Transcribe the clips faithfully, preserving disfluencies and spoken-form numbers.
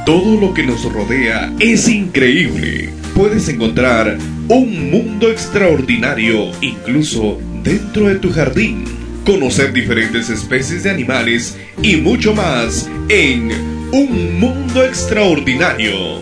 Todo lo que nos rodea es increíble. Puedes encontrar un mundo extraordinario incluso dentro de tu jardín. Conocer diferentes especies de animales y mucho más en Un Mundo Extraordinario.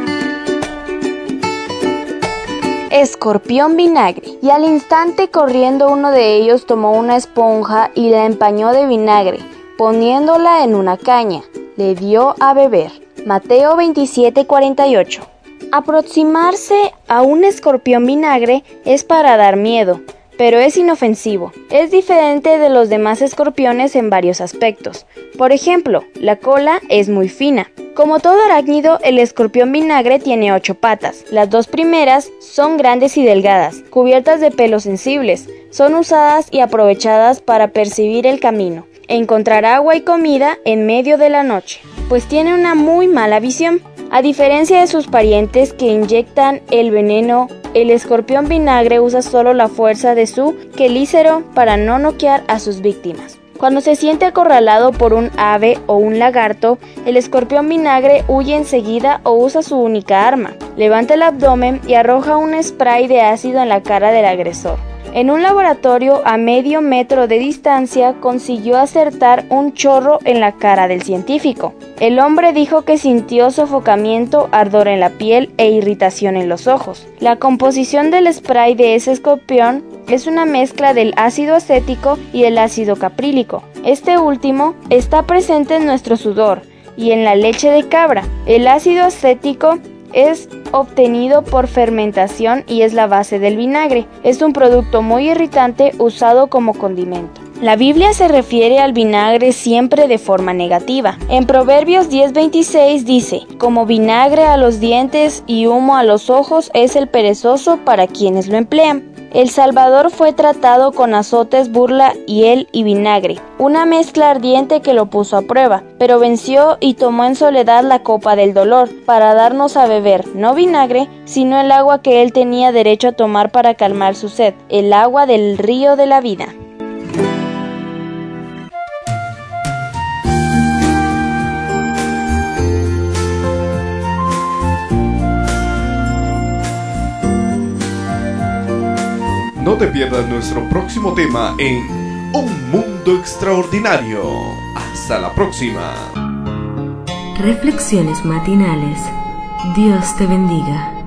Escorpión vinagre. Y al instante corriendo uno de ellos tomó una esponja y la empañó de vinagre, poniéndola en una caña. Le dio a beber. Mateo veintisiete cuarenta y ocho. Aproximarse a un escorpión vinagre es para dar miedo, pero es inofensivo. Es diferente de los demás escorpiones en varios aspectos. Por ejemplo, la cola es muy fina. Como todo arácnido, el escorpión vinagre tiene ocho patas. Las dos primeras son grandes y delgadas, cubiertas de pelos sensibles. Son usadas y aprovechadas para percibir el camino, encontrar agua y comida en medio de la noche, pues tiene una muy mala visión. A diferencia de sus parientes que inyectan el veneno, el escorpión vinagre usa solo la fuerza de su quelícero para no noquear a sus víctimas. Cuando se siente acorralado por un ave o un lagarto, el escorpión vinagre huye enseguida o usa su única arma. Levanta el abdomen y arroja un spray de ácido en la cara del agresor. En un laboratorio a medio metro de distancia consiguió acertar un chorro en la cara del científico. El hombre dijo que sintió sofocamiento, ardor en la piel e irritación en los ojos. La composición del spray de ese escorpión es una mezcla del ácido acético y el ácido caprílico. Este último está presente en nuestro sudor y en la leche de cabra. El ácido acético es obtenido por fermentación y es la base del vinagre. Es un producto muy irritante usado como condimento. La Biblia se refiere al vinagre siempre de forma negativa. En Proverbios diez veintiséis dice: como vinagre a los dientes y humo a los ojos es el perezoso para quienes lo emplean. El Salvador fue tratado con azotes, burla, hiel y vinagre, una mezcla ardiente que lo puso a prueba, pero venció y tomó en soledad la copa del dolor, para darnos a beber, no vinagre, sino el agua que él tenía derecho a tomar para calmar su sed, el agua del río de la vida. No te pierdas nuestro próximo tema en Un Mundo Extraordinario. Hasta la próxima. Reflexiones matinales. Dios te bendiga.